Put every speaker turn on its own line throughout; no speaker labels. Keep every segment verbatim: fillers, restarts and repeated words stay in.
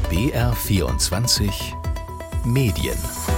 B R vierundzwanzig Medien.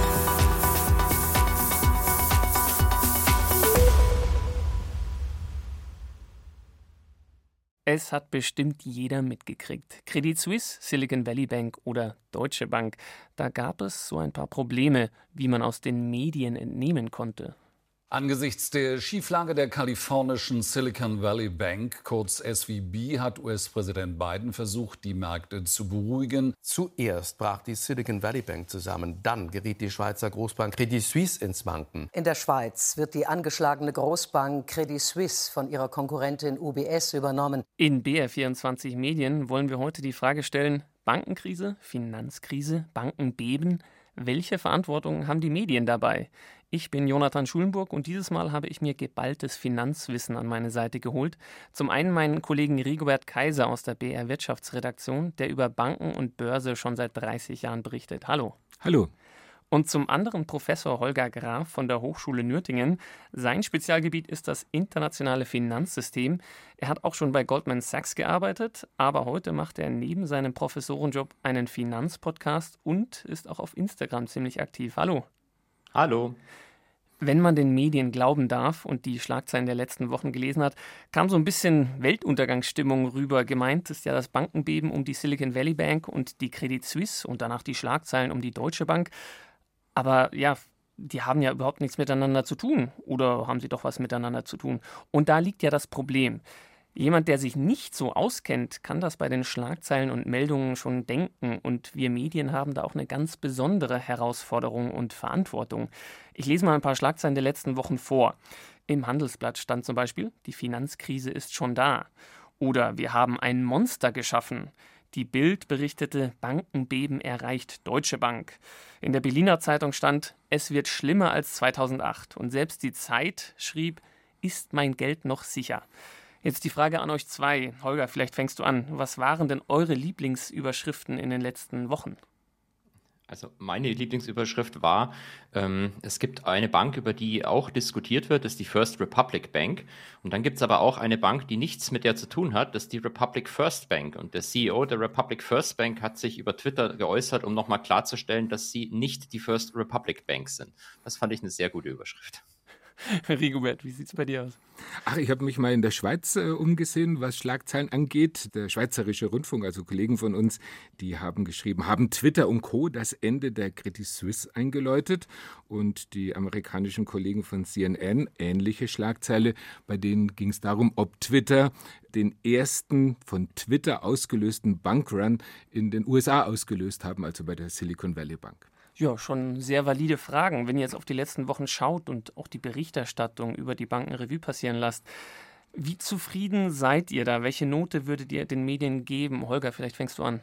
Es hat bestimmt jeder mitgekriegt. Credit Suisse, Silicon Valley Bank oder Deutsche Bank. Da gab es so ein paar Probleme, wie man aus den Medien entnehmen konnte.
Angesichts der Schieflage der kalifornischen Silicon Valley Bank, kurz S V B, hat U S-Präsident Biden versucht, die Märkte zu beruhigen.
Zuerst brach die Silicon Valley Bank zusammen, dann geriet die Schweizer Großbank Credit Suisse ins Wanken.
In der Schweiz wird die angeschlagene Großbank Credit Suisse von ihrer Konkurrentin U B S übernommen.
In B R vierundzwanzig Medien wollen wir heute die Frage stellen: Bankenkrise, Finanzkrise, Bankenbeben? Welche Verantwortung haben die Medien dabei? Ich bin Jonathan Schulenburg und dieses Mal habe ich mir geballtes Finanzwissen an meine Seite geholt. Zum einen meinen Kollegen Rigobert Kaiser aus der B R Wirtschaftsredaktion, der über Banken und Börse schon seit dreißig Jahren berichtet. Hallo.
Hallo.
Und zum anderen Professor Holger Graf von der Hochschule Nürtingen. Sein Spezialgebiet ist das internationale Finanzsystem. Er hat auch schon bei Goldman Sachs gearbeitet, aber heute macht er neben seinem Professorenjob einen Finanzpodcast und ist auch auf Instagram ziemlich aktiv. Hallo.
Hallo.
Wenn man den Medien glauben darf und die Schlagzeilen der letzten Wochen gelesen hat, kam so ein bisschen Weltuntergangsstimmung rüber. Gemeint ist ja das Bankenbeben um die Silicon Valley Bank und die Credit Suisse und danach die Schlagzeilen um die Deutsche Bank. Aber ja, die haben ja überhaupt nichts miteinander zu tun. Oder haben sie doch was miteinander zu tun? Und da liegt ja das Problem. Jemand, der sich nicht so auskennt, kann das bei den Schlagzeilen und Meldungen schon denken. Und wir Medien haben da auch eine ganz besondere Herausforderung und Verantwortung. Ich lese mal ein paar Schlagzeilen der letzten Wochen vor. Im Handelsblatt stand zum Beispiel: Die Finanzkrise ist schon da. Oder wir haben ein Monster geschaffen. Die Bild berichtete, Bankenbeben erreicht Deutsche Bank. In der Berliner Zeitung stand, es wird schlimmer als zweitausendacht. Und selbst die Zeit schrieb, ist mein Geld noch sicher? Jetzt die Frage an euch zwei. Holger, vielleicht fängst du an. Was waren denn eure Lieblingsüberschriften in den letzten Wochen?
Also meine Lieblingsüberschrift war, ähm, es gibt eine Bank, über die auch diskutiert wird, das ist die First Republic Bank. Und dann gibt es aber auch eine Bank, die nichts mit der zu tun hat, das ist die Republic First Bank. Und der C E O der Republic First Bank hat sich über Twitter geäußert, um nochmal klarzustellen, dass sie nicht die First Republic Bank sind. Das fand ich eine sehr gute Überschrift.
Rigobert, wie sieht es bei dir aus?
Ach, ich habe mich mal in der Schweiz äh, umgesehen, was Schlagzeilen angeht. Der Schweizerische Rundfunk, also Kollegen von uns, die haben geschrieben, haben Twitter und Co. das Ende der Credit Suisse eingeläutet. Und die amerikanischen Kollegen von C N N, ähnliche Schlagzeile, bei denen ging es darum, ob Twitter den ersten von Twitter ausgelösten Bankrun in den U S A ausgelöst haben, also bei der Silicon Valley Bank.
Ja, schon sehr valide Fragen. Wenn ihr jetzt auf die letzten Wochen schaut und auch die Berichterstattung über die Banken Revue passieren lasst, wie zufrieden seid ihr da? Welche Note würdet ihr den Medien geben? Holger, vielleicht fängst du an.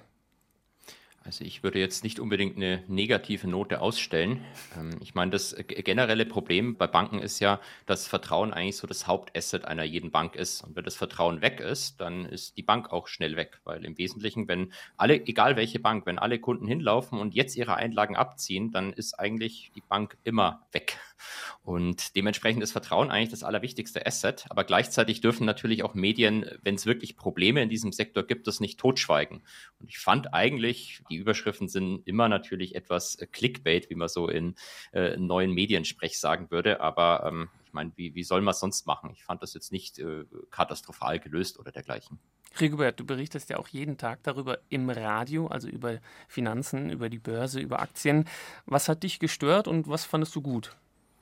Also ich würde jetzt nicht unbedingt eine negative Note ausstellen. Ich meine, das generelle Problem bei Banken ist ja, dass Vertrauen eigentlich so das Hauptasset einer jeden Bank ist. Und wenn das Vertrauen weg ist, dann ist die Bank auch schnell weg. Weil im Wesentlichen, wenn alle, egal welche Bank, wenn alle Kunden hinlaufen und jetzt ihre Einlagen abziehen, dann ist eigentlich die Bank immer weg. Und dementsprechend ist Vertrauen eigentlich das allerwichtigste Asset. Aber gleichzeitig dürfen natürlich auch Medien, wenn es wirklich Probleme in diesem Sektor gibt, das nicht totschweigen. Und ich fand eigentlich, die Überschriften sind immer natürlich etwas Clickbait, wie man so in äh, neuen Mediensprech sagen würde. Aber ähm, ich meine, wie, wie soll man es sonst machen? Ich fand das jetzt nicht äh, katastrophal gelöst oder dergleichen.
Rigobert, du berichtest ja auch jeden Tag darüber im Radio, also über Finanzen, über die Börse, über Aktien. Was hat dich gestört und was fandest du gut?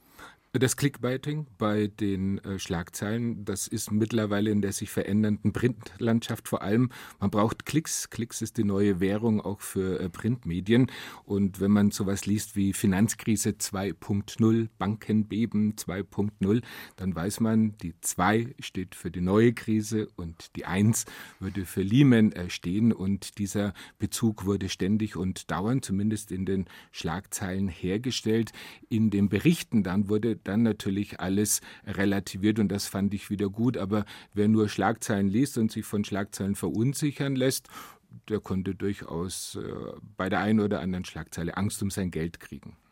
Das Clickbaiting bei den äh, Schlagzeilen, das ist mittlerweile in der sich verändernden Printlandschaft vor allem. Man braucht Klicks. Klicks ist die neue Währung auch für äh, Printmedien. Und wenn man sowas liest wie Finanzkrise zwei Punkt null, Bankenbeben zwei Punkt null, dann weiß man, die zwei steht für die neue Krise und die eins würde für Lehman äh, stehen. Und dieser Bezug wurde ständig und dauernd, zumindest in den Schlagzeilen, hergestellt. In den Berichten dann wurde dann natürlich alles relativiert und das fand ich wieder gut. Aber wer nur Schlagzeilen liest und sich von Schlagzeilen verunsichern lässt, der konnte durchaus äh, bei der einen oder anderen Schlagzeile Angst um sein Geld kriegen.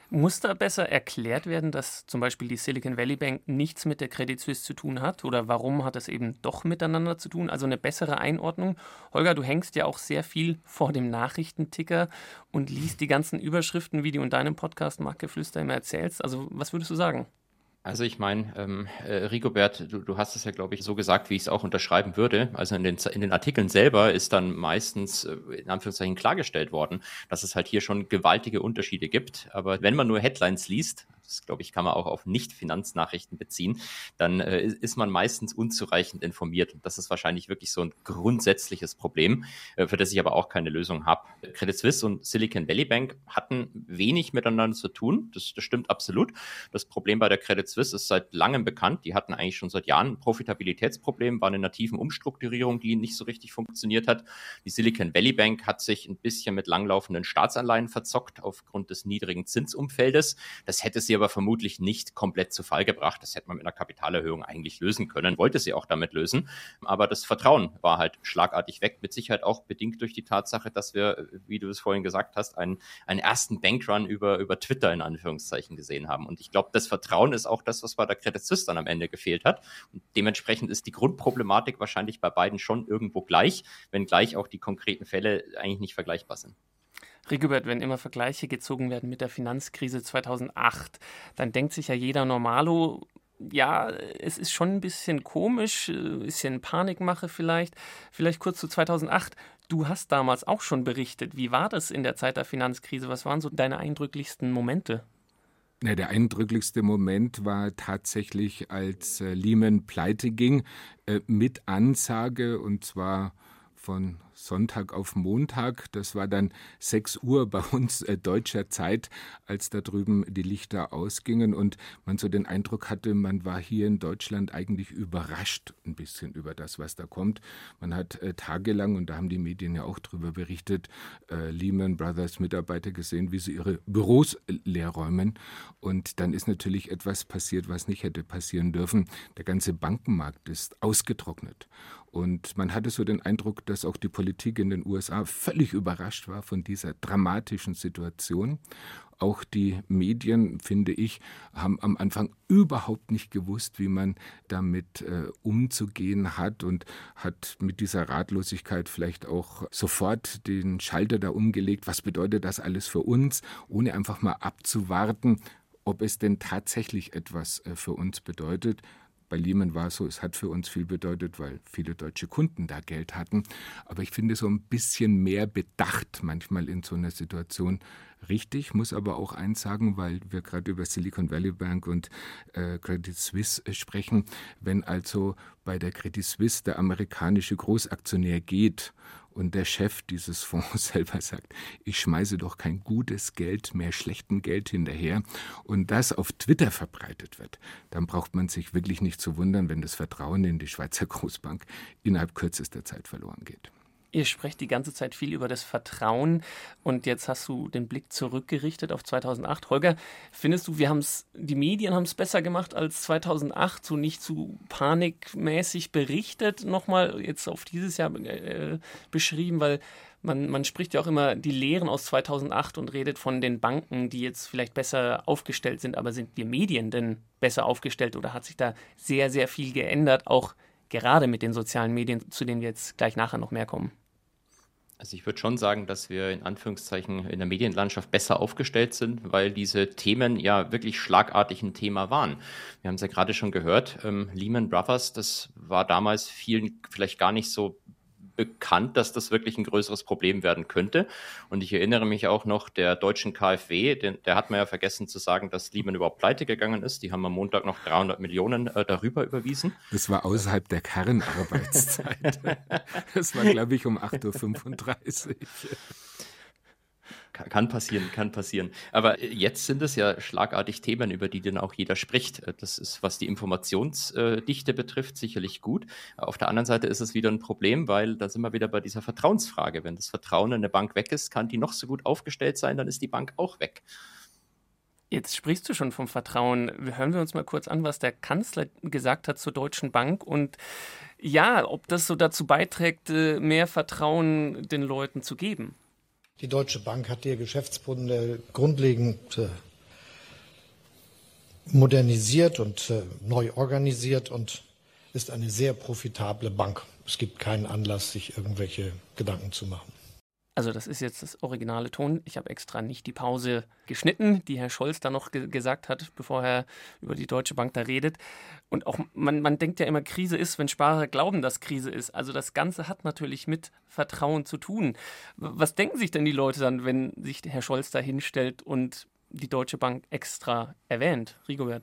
Muss da besser erklärt werden, dass zum Beispiel die Silicon Valley Bank nichts mit der Credit Suisse zu tun hat? Oder warum hat es eben doch miteinander zu tun? Also eine bessere Einordnung. Holger, du hängst ja auch sehr viel vor dem Nachrichtenticker und liest die ganzen Überschriften, wie du in deinem Podcast Marktgeflüster immer erzählst. Also was würdest du sagen?
Also ich meine, ähm, äh, Rigobert, du, du hast es ja, glaube ich, so gesagt, wie ich es auch unterschreiben würde. Also in den, in den Artikeln selber ist dann meistens äh, in Anführungszeichen klargestellt worden, dass es halt hier schon gewaltige Unterschiede gibt. Aber wenn man nur Headlines liest, das glaube ich, kann man auch auf Nicht-Finanznachrichten beziehen, dann äh, ist man meistens unzureichend informiert. Und das ist wahrscheinlich wirklich so ein grundsätzliches Problem, äh, für das ich aber auch keine Lösung habe. Credit Suisse und Silicon Valley Bank hatten wenig miteinander zu tun. Das, das stimmt absolut. Das Problem bei der Credit Suisse ist seit langem bekannt. Die hatten eigentlich schon seit Jahren ein Profitabilitätsproblem, waren in einer tiefen Umstrukturierung, die nicht so richtig funktioniert hat. Die Silicon Valley Bank hat sich ein bisschen mit langlaufenden Staatsanleihen verzockt aufgrund des niedrigen Zinsumfeldes. Das hätte sie aber vermutlich nicht komplett zu Fall gebracht. Das hätte man mit einer Kapitalerhöhung eigentlich lösen können, wollte sie auch damit lösen. Aber das Vertrauen war halt schlagartig weg, mit Sicherheit auch bedingt durch die Tatsache, dass wir, wie du es vorhin gesagt hast, einen, einen ersten Bankrun über, über Twitter in Anführungszeichen gesehen haben. Und ich glaube, das Vertrauen ist auch das, was bei der Credit Suisse dann am Ende gefehlt hat. Und dementsprechend ist die Grundproblematik wahrscheinlich bei beiden schon irgendwo gleich, wenngleich auch die konkreten Fälle eigentlich nicht vergleichbar sind.
Rigobert, wenn immer Vergleiche gezogen werden mit der Finanzkrise zweitausendacht, dann denkt sich ja jeder Normalo, ja, es ist schon ein bisschen komisch, ein bisschen Panikmache vielleicht. Vielleicht kurz zu zweitausendacht. Du hast damals auch schon berichtet. Wie war das in der Zeit der Finanzkrise? Was waren so deine eindrücklichsten Momente?
Ja, der eindrücklichste Moment war tatsächlich, als äh, Lehman pleite ging, äh, mit Ansage, und zwar von Sonntag auf Montag. Das war dann sechs Uhr bei uns äh, deutscher Zeit, als da drüben die Lichter ausgingen und man so den Eindruck hatte, man war hier in Deutschland eigentlich überrascht ein bisschen über das, was da kommt. Man hat äh, tagelang, und da haben die Medien ja auch drüber berichtet, äh, Lehman Brothers Mitarbeiter gesehen, wie sie ihre Büros äh, leer räumen. Und dann ist natürlich etwas passiert, was nicht hätte passieren dürfen. Der ganze Bankenmarkt ist ausgetrocknet. Und man hatte so den Eindruck, dass auch die Politik in den U S A völlig überrascht war von dieser dramatischen Situation. Auch die Medien, finde ich, haben am Anfang überhaupt nicht gewusst, wie man damit äh, umzugehen hat und hat mit dieser Ratlosigkeit vielleicht auch sofort den Schalter da umgelegt. Was bedeutet das alles für uns, ohne einfach mal abzuwarten, ob es denn tatsächlich etwas äh, für uns bedeutet. Bei Lehman war es so, es hat für uns viel bedeutet, weil viele deutsche Kunden da Geld hatten. Aber ich finde so ein bisschen mehr Bedacht manchmal in so einer Situation richtig. Muss aber auch eins sagen, weil wir gerade über Silicon Valley Bank und äh, Credit Suisse äh, sprechen. Wenn also bei der Credit Suisse der amerikanische Großaktionär geht und der Chef dieses Fonds selber sagt, ich schmeiße doch kein gutes Geld mehr schlechtem Geld hinterher und das auf Twitter verbreitet wird, dann braucht man sich wirklich nicht zu wundern, wenn das Vertrauen in die Schweizer Großbank innerhalb kürzester Zeit verloren geht.
Ihr sprecht die ganze Zeit viel über das Vertrauen und jetzt hast du den Blick zurückgerichtet auf zweitausendacht. Holger, findest du, wir haben's, die Medien haben es besser gemacht als zweitausendacht, so nicht zu panikmäßig berichtet, nochmal jetzt auf dieses Jahr äh, beschrieben, weil man, man spricht ja auch immer die Lehren aus zweitausendacht und redet von den Banken, die jetzt vielleicht besser aufgestellt sind, aber sind die Medien denn besser aufgestellt oder hat sich da sehr, sehr viel geändert, auch gerade mit den sozialen Medien, zu denen wir jetzt gleich nachher noch mehr kommen?
Also ich würde schon sagen, dass wir in Anführungszeichen in der Medienlandschaft besser aufgestellt sind, weil diese Themen ja wirklich schlagartig ein Thema waren. Wir haben es ja gerade schon gehört, ähm, Lehman Brothers, das war damals vielen vielleicht gar nicht so bekannt, dass das wirklich ein größeres Problem werden könnte. Und ich erinnere mich auch noch der deutschen KfW, den, der hat man ja vergessen zu sagen, dass Lehman überhaupt pleite gegangen ist. Die haben am Montag noch dreihundert Millionen äh, darüber überwiesen.
Das war außerhalb der Kernarbeitszeit. Das war, glaube ich, um acht Uhr fünfunddreißig.
Kann passieren, kann passieren. Aber jetzt sind es ja schlagartig Themen, über die dann auch jeder spricht. Das ist, was die Informationsdichte betrifft, sicherlich gut. Auf der anderen Seite ist es wieder ein Problem, weil da sind wir wieder bei dieser Vertrauensfrage. Wenn das Vertrauen in eine Bank weg ist, kann die noch so gut aufgestellt sein, dann ist die Bank auch weg.
Jetzt sprichst du schon vom Vertrauen. Hören wir uns mal kurz an, was der Kanzler gesagt hat zur Deutschen Bank und ja, ob das so dazu beiträgt, mehr Vertrauen den Leuten zu geben.
Die Deutsche Bank hat ihr Geschäftsmodell grundlegend modernisiert und äh, neu organisiert und ist eine sehr profitable Bank. Es gibt keinen Anlass, sich irgendwelche Gedanken zu machen.
Also das ist jetzt das originale Ton. Ich habe extra nicht die Pause geschnitten, die Herr Scholz da noch ge- gesagt hat, bevor er über die Deutsche Bank da redet. Und auch man, man denkt ja immer, Krise ist, wenn Sparer glauben, dass Krise ist. Also das Ganze hat natürlich mit Vertrauen zu tun. Was denken sich denn die Leute dann, wenn sich Herr Scholz da hinstellt und die Deutsche Bank extra erwähnt? Rigobert?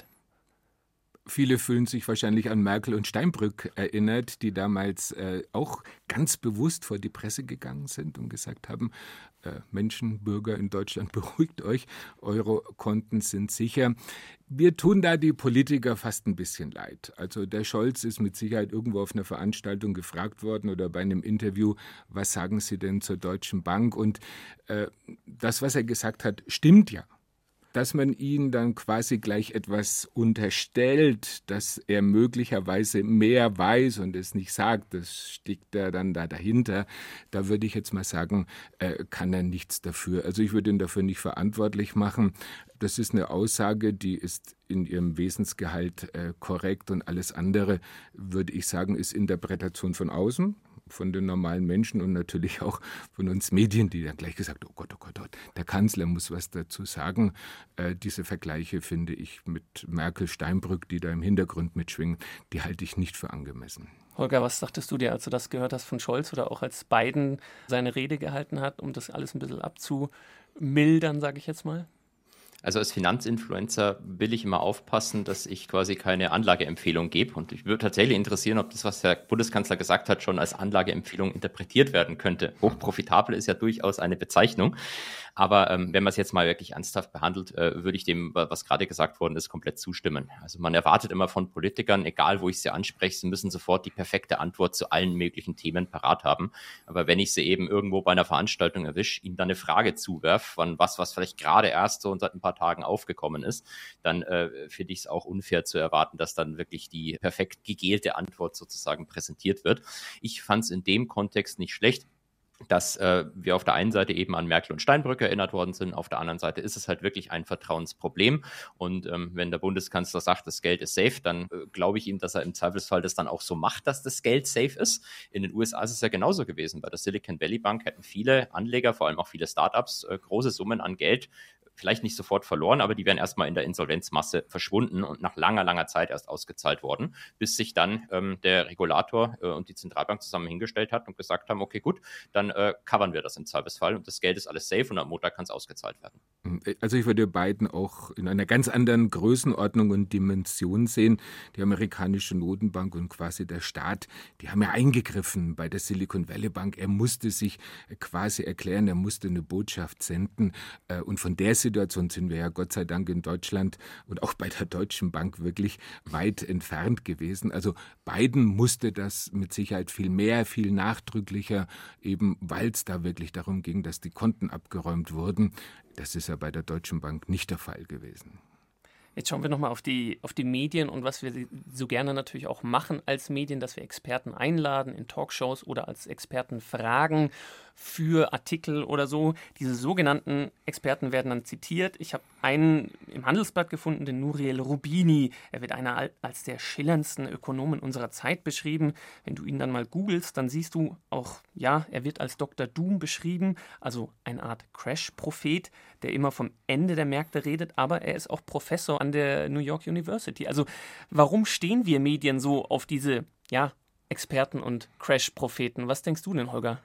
Viele fühlen sich wahrscheinlich an Merkel und Steinbrück erinnert, die damals äh, auch ganz bewusst vor die Presse gegangen sind und gesagt haben, äh, Menschen, Bürger in Deutschland, beruhigt euch, eure Konten sind sicher. Wir tun da die Politiker fast ein bisschen leid. Also der Scholz ist mit Sicherheit irgendwo auf einer Veranstaltung gefragt worden oder bei einem Interview, was sagen Sie denn zur Deutschen Bank? Und äh, das, was er gesagt hat, stimmt ja. Dass man ihn dann quasi gleich etwas unterstellt, dass er möglicherweise mehr weiß und es nicht sagt, das steckt er dann da dahinter. Da würde ich jetzt mal sagen, äh, kann er nichts dafür. Also ich würde ihn dafür nicht verantwortlich machen. Das ist eine Aussage, die ist in ihrem Wesensgehalt äh, korrekt und alles andere, würde ich sagen, ist Interpretation von außen, von den normalen Menschen und natürlich auch von uns Medien, die dann gleich gesagt haben, oh Gott, oh Gott, oh Gott, der Kanzler muss was dazu sagen. Äh, diese Vergleiche finde ich mit Merkel, Steinbrück, die da im Hintergrund mitschwingen, die halte ich nicht für angemessen.
Holger, was dachtest du dir, als du das gehört hast von Scholz oder auch als Biden seine Rede gehalten hat, um das alles ein bisschen abzumildern, sage ich jetzt mal?
Also als Finanzinfluencer will ich immer aufpassen, dass ich quasi keine Anlageempfehlung gebe. Und ich würde tatsächlich interessieren, ob das, was der Bundeskanzler gesagt hat, schon als Anlageempfehlung interpretiert werden könnte. Hochprofitabel ist ja durchaus eine Bezeichnung. Aber ähm, wenn man es jetzt mal wirklich ernsthaft behandelt, äh, würde ich dem, was gerade gesagt worden ist, komplett zustimmen. Also man erwartet immer von Politikern, egal wo ich sie anspreche, sie müssen sofort die perfekte Antwort zu allen möglichen Themen parat haben. Aber wenn ich sie eben irgendwo bei einer Veranstaltung erwische, ihnen dann eine Frage zuwerfe, von was, was vielleicht gerade erst so seit ein paar Tagen aufgekommen ist, dann äh, finde ich es auch unfair zu erwarten, dass dann wirklich die perfekt gegelte Antwort sozusagen präsentiert wird. Ich fand es in dem Kontext nicht schlecht, dass äh, wir auf der einen Seite eben an Merkel und Steinbrück erinnert worden sind, auf der anderen Seite ist es halt wirklich ein Vertrauensproblem und ähm, wenn der Bundeskanzler sagt, das Geld ist safe, dann äh, glaube ich ihm, dass er im Zweifelsfall das dann auch so macht, dass das Geld safe ist. In den U S A ist es ja genauso gewesen. Bei der Silicon Valley Bank hätten viele Anleger, vor allem auch viele Startups, äh, große Summen an Geld vielleicht nicht sofort verloren, aber die wären erstmal in der Insolvenzmasse verschwunden und nach langer, langer Zeit erst ausgezahlt worden, bis sich dann ähm, der Regulator äh, und die Zentralbank zusammen hingestellt hat und gesagt haben, okay, gut, dann äh, covern wir das im Zweifelsfall und das Geld ist alles safe und am Montag kann es ausgezahlt werden.
Also ich würde Biden auch in einer ganz anderen Größenordnung und Dimension sehen. Die amerikanische Notenbank und quasi der Staat, die haben ja eingegriffen bei der Silicon Valley Bank. Er musste sich quasi erklären, er musste eine Botschaft senden äh, und von der Situation sind wir ja Gott sei Dank in Deutschland und auch bei der Deutschen Bank wirklich weit entfernt gewesen. Also Biden musste das mit Sicherheit viel mehr, viel nachdrücklicher, eben weil es da wirklich darum ging, dass die Konten abgeräumt wurden. Das ist ja bei der Deutschen Bank nicht der Fall gewesen.
Jetzt schauen wir nochmal auf die, auf die Medien und was wir so gerne natürlich auch machen als Medien, dass wir Experten einladen in Talkshows oder als Experten fragen für Artikel oder so. Diese sogenannten Experten werden dann zitiert. Ich habe einen im Handelsblatt gefunden, den Nouriel Roubini. Er wird einer als der schillerndsten Ökonomen unserer Zeit beschrieben. Wenn du ihn dann mal googelst, dann siehst du auch, ja, er wird als Doktor Doom beschrieben, also eine Art Crash-Prophet, der immer vom Ende der Märkte redet, aber er ist auch Professor an der New York University. Also warum stehen wir Medien so auf diese, ja, Experten und Crash-Propheten? Was denkst du denn, Holger?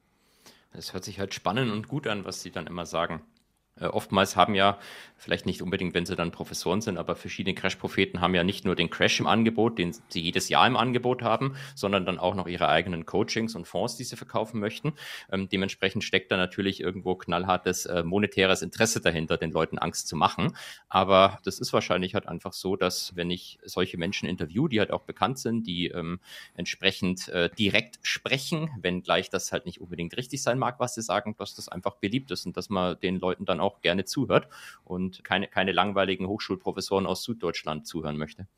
Es hört sich halt spannend und gut an, was sie dann immer sagen. Äh, oftmals haben ja, vielleicht nicht unbedingt, wenn sie dann Professoren sind, aber verschiedene Crash-Propheten haben ja nicht nur den Crash im Angebot, den sie jedes Jahr im Angebot haben, sondern dann auch noch ihre eigenen Coachings und Fonds, die sie verkaufen möchten. Ähm, dementsprechend steckt da natürlich irgendwo knallhartes äh, monetäres Interesse dahinter, den Leuten Angst zu machen. Aber das ist wahrscheinlich halt einfach so, dass wenn ich solche Menschen interview, die halt auch bekannt sind, die ähm, entsprechend äh, direkt sprechen, wenngleich das halt nicht unbedingt richtig sein mag, was sie sagen, dass das einfach beliebt ist und dass man den Leuten dann auch auch gerne zuhört und keine, keine langweiligen Hochschulprofessoren aus Süddeutschland zuhören möchte.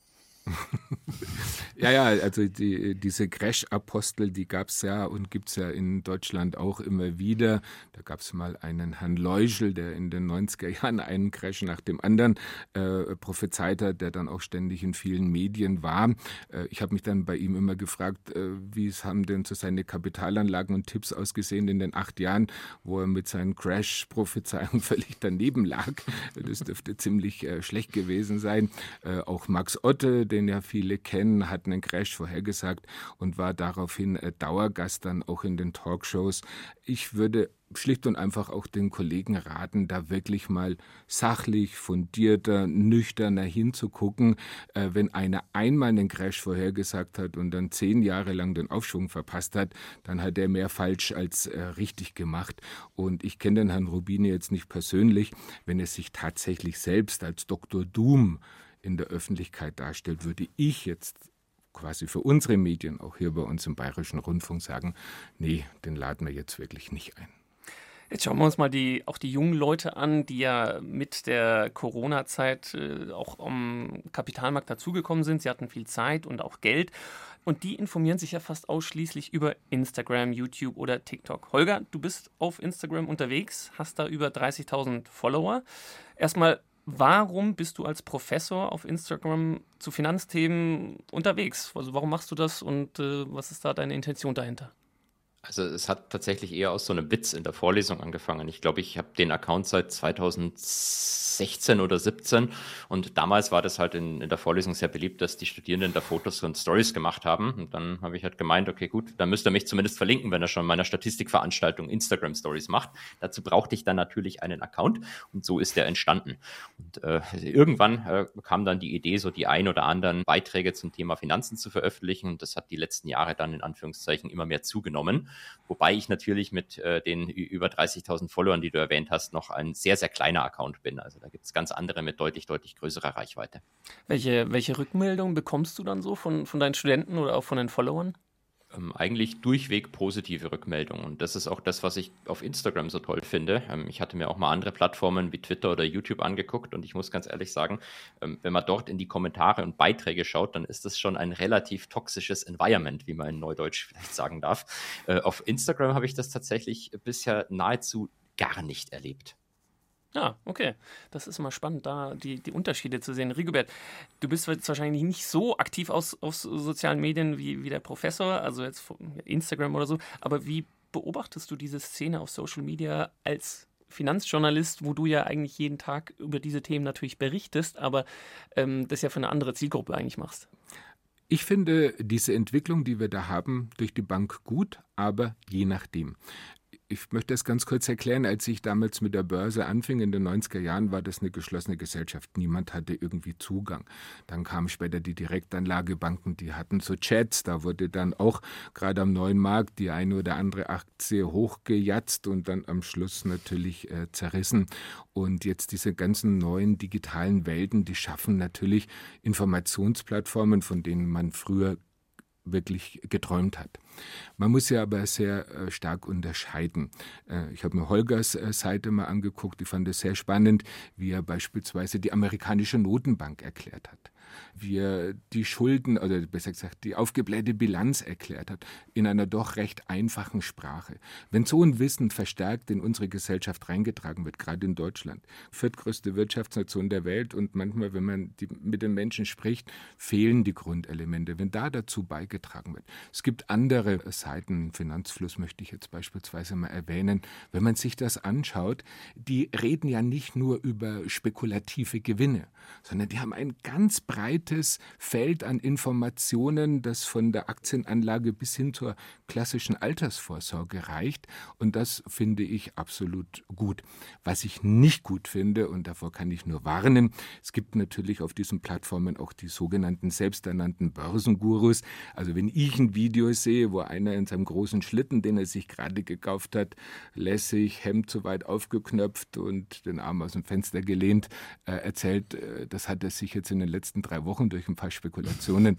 Ja, ja, also die, diese Crash-Apostel, die gab es ja und gibt es ja in Deutschland auch immer wieder. Da gab es mal einen Herrn Leuschel, der in den neunziger Jahren einen Crash nach dem anderen äh, prophezeit hat, der dann auch ständig in vielen Medien war. Äh, ich habe mich dann bei ihm immer gefragt, äh, wie haben denn so seine Kapitalanlagen und Tipps ausgesehen in den acht Jahren, wo er mit seinen Crash-Prophezeiungen völlig daneben lag. Das dürfte ziemlich äh, schlecht gewesen sein. Äh, auch Max Otte, den ja viele kennen, hat einen Crash vorhergesagt und war daraufhin äh, Dauergast dann auch in den Talkshows. Ich würde schlicht und einfach auch den Kollegen raten, da wirklich mal sachlich, fundierter, nüchterner hinzugucken. Äh, wenn einer einmal einen Crash vorhergesagt hat und dann zehn Jahre lang den Aufschwung verpasst hat, dann hat er mehr falsch als äh, richtig gemacht. Und ich kenne den Herrn Rubini jetzt nicht persönlich. Wenn er sich tatsächlich selbst als Doktor Doom in der Öffentlichkeit darstellt, würde ich jetzt quasi für unsere Medien, auch hier bei uns im Bayerischen Rundfunk, sagen, nee, den laden wir jetzt wirklich nicht ein.
Jetzt schauen wir uns mal die, auch die jungen Leute an, die ja mit der Corona-Zeit äh, auch am Kapitalmarkt dazugekommen sind. Sie hatten viel Zeit und auch Geld. Und die informieren sich ja fast ausschließlich über Instagram, YouTube oder TikTok. Holger, du bist auf Instagram unterwegs, hast da über dreißigtausend Follower. Erstmal, warum bist du als Professor auf Instagram zu Finanzthemen unterwegs? Also warum machst du das und äh, was ist da deine Intention dahinter?
Also es hat tatsächlich eher aus so einem Witz in der Vorlesung angefangen. Ich glaube, ich habe den Account seit zweitausendsechzehn oder siebzehn und damals war das halt in, in der Vorlesung sehr beliebt, dass die Studierenden da Fotos und Stories gemacht haben. Und dann habe ich halt gemeint, okay gut, dann müsst ihr mich zumindest verlinken, wenn er schon in meiner Statistikveranstaltung Instagram-Stories macht. Dazu brauchte ich dann natürlich einen Account und so ist der entstanden. Und äh, irgendwann äh, kam dann die Idee, so die ein oder anderen Beiträge zum Thema Finanzen zu veröffentlichen und das hat die letzten Jahre dann in Anführungszeichen immer mehr zugenommen. Wobei ich natürlich mit äh, den über dreißigtausend Followern, die du erwähnt hast, noch ein sehr, sehr kleiner Account bin. Also da gibt es ganz andere mit deutlich, deutlich größerer Reichweite.
Welche, welche Rückmeldungen bekommst du dann so von, von deinen Studenten oder auch von den Followern?
Ähm, eigentlich durchweg positive Rückmeldungen. Und das ist auch das, was ich auf Instagram so toll finde. Ähm, ich hatte mir auch mal andere Plattformen wie Twitter oder YouTube angeguckt und ich muss ganz ehrlich sagen, ähm, wenn man dort in die Kommentare und Beiträge schaut, dann ist das schon ein relativ toxisches Environment, wie man in Neudeutsch vielleicht sagen darf. Äh, auf Instagram habe ich das tatsächlich bisher nahezu gar nicht erlebt.
Ja, okay. Das ist immer spannend, da die, die Unterschiede zu sehen. Rigobert, du bist jetzt wahrscheinlich nicht so aktiv aus, aus sozialen Medien wie, wie der Professor, also jetzt von Instagram oder so, aber wie beobachtest du diese Szene auf Social Media als Finanzjournalist, wo du ja eigentlich jeden Tag über diese Themen natürlich berichtest, aber ähm, das ja für eine andere Zielgruppe eigentlich machst?
Ich finde diese Entwicklung, die wir da haben, durch die Bank gut, aber je nachdem. Ich möchte das ganz kurz erklären. Als ich damals mit der Börse anfing, in den neunziger Jahren, war das eine geschlossene Gesellschaft. Niemand hatte irgendwie Zugang. Dann kamen später die Direktanlagebanken, die hatten so Chats. Da wurde dann auch gerade am neuen Markt die eine oder andere Aktie hochgejatzt und dann am Schluss natürlich äh, zerrissen. Und jetzt diese ganzen neuen digitalen Welten, die schaffen natürlich Informationsplattformen, von denen man früher wirklich geträumt hat. Man muss ja aber sehr äh, stark unterscheiden. Äh, ich habe mir Holgers äh, Seite mal angeguckt, ich fand es sehr spannend, wie er beispielsweise die amerikanische Notenbank erklärt hat, wie er die Schulden, oder besser gesagt die aufgeblähte Bilanz erklärt hat, in einer doch recht einfachen Sprache. Wenn so ein Wissen verstärkt in unsere Gesellschaft reingetragen wird, gerade in Deutschland, viertgrößte Wirtschaftsnation der Welt und manchmal, wenn man die, mit den Menschen spricht, fehlen die Grundelemente. Wenn da dazu beigetragen wird. Es gibt andere Seiten, Finanzfluss möchte ich jetzt beispielsweise mal erwähnen, wenn man sich das anschaut, die reden ja nicht nur über spekulative Gewinne, sondern die haben ein ganz breites Feld an Informationen, das von der Aktienanlage bis hin zur klassischen Altersvorsorge reicht und das finde ich absolut gut. Was ich nicht gut finde, und davor kann ich nur warnen, es gibt natürlich auf diesen Plattformen auch die sogenannten selbsternannten Börsengurus. Also wenn ich ein Video sehe, wo einer in seinem großen Schlitten, den er sich gerade gekauft hat, lässig, Hemd zu weit aufgeknöpft und den Arm aus dem Fenster gelehnt, äh, erzählt, äh, das hat er sich jetzt in den letzten drei Wochen durch ein paar Spekulationen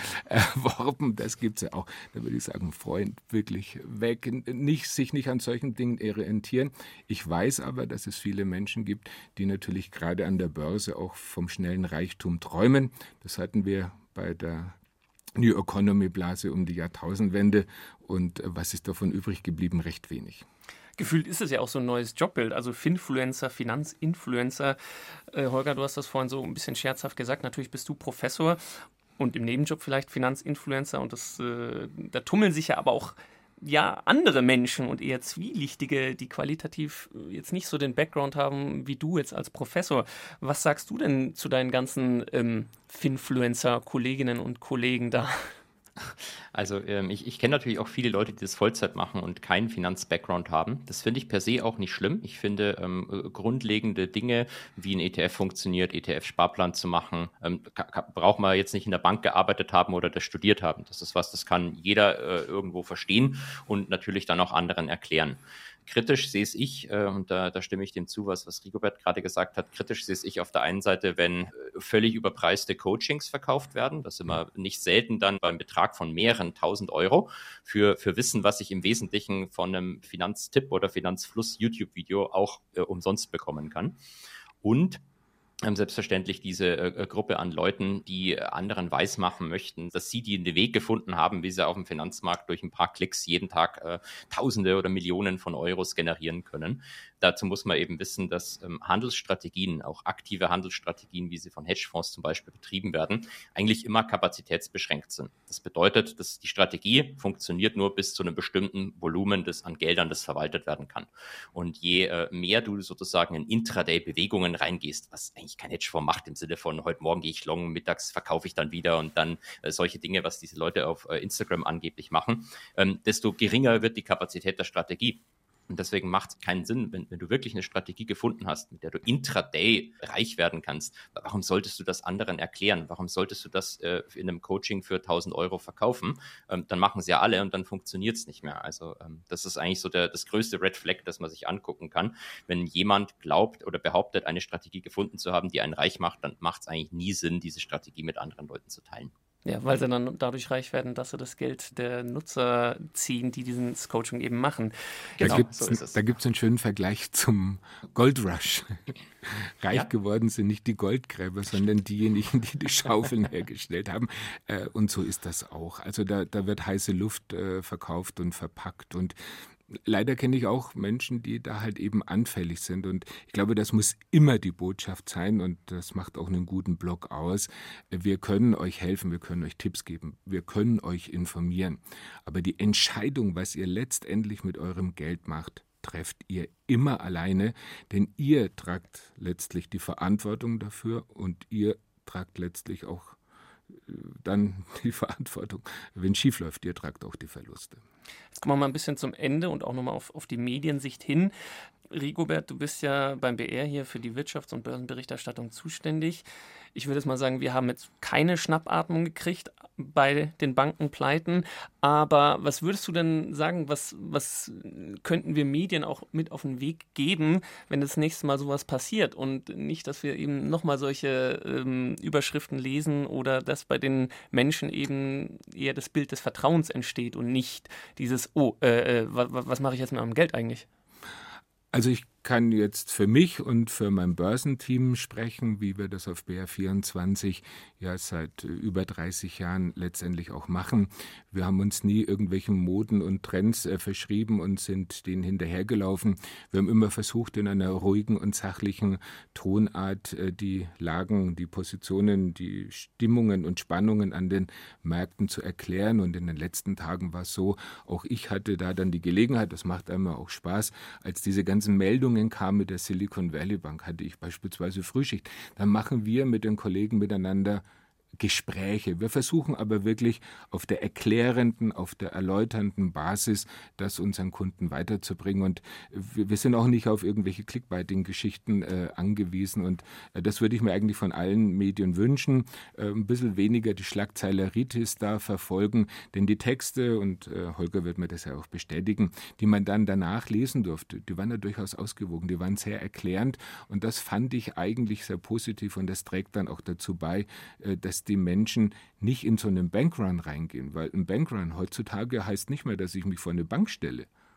erworben. Das gibt es ja auch. Da würde ich sagen, Freund, wirklich weg, nicht, sich nicht an solchen Dingen orientieren. Ich weiß aber, dass es viele Menschen gibt, die natürlich gerade an der Börse auch vom schnellen Reichtum träumen. Das hatten wir bei der New Economy-Blase um die Jahrtausendwende. Und was ist davon übrig geblieben? Recht wenig.
Gefühlt ist es ja auch so ein neues Jobbild, also Finfluencer, Finanzinfluencer. Äh, Holger, du hast das vorhin so ein bisschen scherzhaft gesagt, natürlich bist du Professor und im Nebenjob vielleicht Finanzinfluencer und das, äh, da tummeln sich ja aber auch ja, andere Menschen und eher Zwielichtige, die qualitativ jetzt nicht so den Background haben wie du jetzt als Professor. Was sagst du denn zu deinen ganzen ähm, Finfluencer-Kolleginnen und Kollegen da?
Also ähm, ich, ich kenne natürlich auch viele Leute, die das Vollzeit machen und keinen Finanz-Background haben. Das finde ich per se auch nicht schlimm. Ich finde ähm, grundlegende Dinge, wie ein E T F funktioniert, E T F-Sparplan zu machen, ähm, braucht man jetzt nicht in der Bank gearbeitet haben oder das studiert haben. Das ist was, das kann jeder äh, irgendwo verstehen und natürlich dann auch anderen erklären. Kritisch sehe es ich, äh, und da, da stimme ich dem zu, was, was Rigobert gerade gesagt hat, kritisch sehe es ich auf der einen Seite, wenn äh, völlig überpreiste Coachings verkauft werden. Das sind wir nicht selten dann beim Betrag von mehreren tausend Euro für, für Wissen, was ich im Wesentlichen von einem Finanztipp oder Finanzfluss-YouTube-Video auch äh, umsonst bekommen kann. Und selbstverständlich diese äh, Gruppe an Leuten, die anderen weismachen möchten, dass sie den Weg gefunden haben, wie sie auf dem Finanzmarkt durch ein paar Klicks jeden Tag äh, Tausende oder Millionen von Euros generieren können. Dazu muss man eben wissen, dass ähm, Handelsstrategien, auch aktive Handelsstrategien, wie sie von Hedgefonds zum Beispiel betrieben werden, eigentlich immer kapazitätsbeschränkt sind. Das bedeutet, dass die Strategie funktioniert nur bis zu einem bestimmten Volumen des, an Geldern, das verwaltet werden kann. Und je äh, mehr du sozusagen in Intraday-Bewegungen reingehst, was eigentlich kein Hedgefonds macht, im Sinne von heute Morgen gehe ich long, mittags verkaufe ich dann wieder und dann äh, solche Dinge, was diese Leute auf äh, Instagram angeblich machen, ähm, desto geringer wird die Kapazität der Strategie. Und deswegen macht es keinen Sinn, wenn, wenn du wirklich eine Strategie gefunden hast, mit der du intraday reich werden kannst. Warum solltest du das anderen erklären? Warum solltest du das äh, in einem Coaching für tausend Euro verkaufen? Ähm, dann machen es ja alle und dann funktioniert es nicht mehr. Also ähm, das ist eigentlich so der, das größte Red Flag, das man sich angucken kann. Wenn jemand glaubt oder behauptet, eine Strategie gefunden zu haben, die einen reich macht, dann macht es eigentlich nie Sinn, diese Strategie mit anderen Leuten zu teilen.
Ja, weil sie dann dadurch reich werden, dass sie das Geld der Nutzer ziehen, die dieses Coaching eben machen.
Genau, da gibt es so da gibt's einen schönen Vergleich zum Goldrush. Reich ja. geworden sind nicht die Goldgräber, sondern diejenigen, die die Schaufeln hergestellt haben. Äh, und so ist das auch. Also da, da wird heiße Luft äh, verkauft und verpackt und leider kenne ich auch Menschen, die da halt eben anfällig sind und ich glaube, das muss immer die Botschaft sein und das macht auch einen guten Blog aus. Wir können euch helfen, wir können euch Tipps geben, wir können euch informieren, aber die Entscheidung, was ihr letztendlich mit eurem Geld macht, trefft ihr immer alleine, denn ihr tragt letztlich die Verantwortung dafür und ihr tragt letztlich auch dann die Verantwortung. Wenn es schief läuft, ihr tragt auch die Verluste.
Jetzt kommen wir mal ein bisschen zum Ende und auch nochmal auf, auf die Mediensicht hin. Rigobert, du bist ja beim B R hier für die Wirtschafts- und Börsenberichterstattung zuständig. Ich würde jetzt mal sagen, wir haben jetzt keine Schnappatmung gekriegt bei den Bankenpleiten. Aber was würdest du denn sagen, was, was könnten wir Medien auch mit auf den Weg geben, wenn das nächste Mal sowas passiert? Und nicht, dass wir eben nochmal solche ähm, Überschriften lesen oder dass bei den Menschen eben eher das Bild des Vertrauens entsteht und nicht dieses, oh, äh, äh, was, was mache ich jetzt mit meinem Geld eigentlich?
Also ich kann jetzt für mich und für mein Börsenteam sprechen, wie wir das auf B R vierundzwanzig ja seit über dreißig Jahren letztendlich auch machen. Wir haben uns nie irgendwelchen Moden und Trends äh, verschrieben und sind denen hinterhergelaufen. Wir haben immer versucht, in einer ruhigen und sachlichen Tonart äh, die Lagen, die Positionen, die Stimmungen und Spannungen an den Märkten zu erklären. Und in den letzten Tagen war es so, auch ich hatte da dann die Gelegenheit, das macht einmal auch Spaß, als diese ganzen Meldungen kam mit der Silicon Valley Bank, hatte ich beispielsweise Frühschicht. Dann machen wir mit den Kollegen miteinander Gespräche. Wir versuchen aber wirklich auf der erklärenden, auf der erläuternden Basis, das unseren Kunden weiterzubringen. Und wir, wir sind auch nicht auf irgendwelche Clickbaiting-Geschichten äh, angewiesen. Und äh, das würde ich mir eigentlich von allen Medien wünschen. Äh, ein bisschen weniger die Schlagzeileritis da verfolgen. Denn die Texte, und äh, Holger wird mir das ja auch bestätigen, die man dann danach lesen durfte, die waren ja durchaus ausgewogen. Die waren sehr erklärend. Und das fand ich eigentlich sehr positiv. Und das trägt dann auch dazu bei, äh, dass die Menschen nicht in so einen Bankrun reingehen, weil ein Bankrun heutzutage heißt nicht mehr, dass ich mich vor eine Bank stelle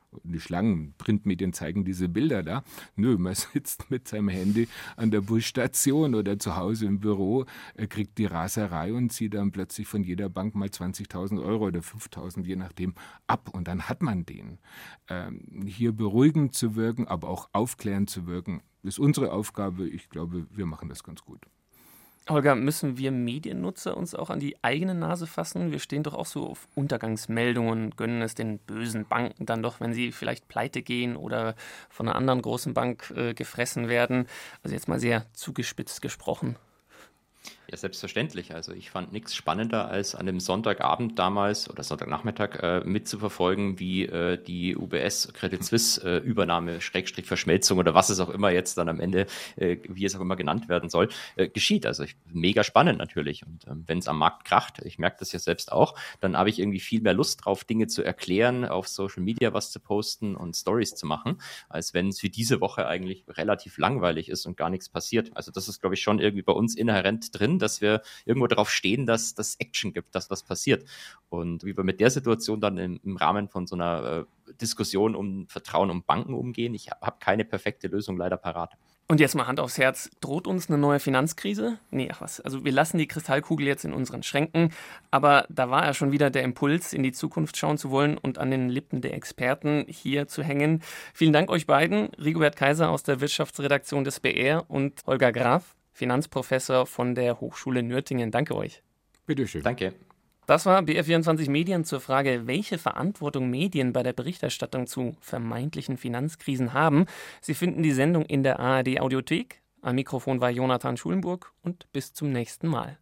Die Schlangen, Printmedien zeigen diese Bilder da. Nö, man sitzt mit seinem Handy an der Busstation oder zu Hause im Büro, kriegt die Raserei und zieht dann plötzlich von jeder Bank mal zwanzigtausend Euro oder fünftausend, je nachdem, ab. Und dann hat man den. Ähm, hier beruhigend zu wirken, aber auch aufklärend zu wirken, ist unsere Aufgabe. Ich glaube, wir machen das ganz gut.
Holger, müssen wir Mediennutzer uns auch an die eigene Nase fassen? Wir stehen doch auch so auf Untergangsmeldungen und gönnen es den bösen Banken dann doch, wenn sie vielleicht pleite gehen oder von einer anderen großen Bank äh, gefressen werden. Also jetzt mal sehr zugespitzt gesprochen.
Ja, selbstverständlich. Also ich fand nichts spannender, als an dem Sonntagabend damals oder Sonntagnachmittag äh, mitzuverfolgen, wie äh, die U B S Credit Suisse äh, Übernahme, Schrägstrich Verschmelzung oder was es auch immer jetzt dann am Ende, äh, wie es auch immer genannt werden soll, äh, geschieht. Also ich, mega spannend natürlich. Und ähm, wenn es am Markt kracht, ich merke das ja selbst auch, dann habe ich irgendwie viel mehr Lust drauf, Dinge zu erklären, auf Social Media was zu posten und Stories zu machen, als wenn es wie diese Woche eigentlich relativ langweilig ist und gar nichts passiert. Also das ist, glaube ich, schon irgendwie bei uns inhärent drin, dass wir irgendwo darauf stehen, dass das Action gibt, dass was passiert. Und wie wir mit der Situation dann im, im Rahmen von so einer äh, Diskussion um Vertrauen um Banken umgehen, ich habe hab keine perfekte Lösung leider parat.
Und jetzt mal Hand aufs Herz, droht uns eine neue Finanzkrise? Nee, ach was, also wir lassen die Kristallkugel jetzt in unseren Schränken, aber da war ja schon wieder der Impuls, in die Zukunft schauen zu wollen und an den Lippen der Experten hier zu hängen. Vielen Dank euch beiden, Rigobert Kaiser aus der Wirtschaftsredaktion des B R und Holger Graf, Finanzprofessor von der Hochschule Nürtingen. Danke euch.
Bitteschön.
Danke.
Das war B R vierundzwanzig Medien zur Frage, welche Verantwortung Medien bei der Berichterstattung zu vermeintlichen Finanzkrisen haben. Sie finden die Sendung in der A R D Audiothek. Am Mikrofon war Jonathan Schulenburg und bis zum nächsten Mal.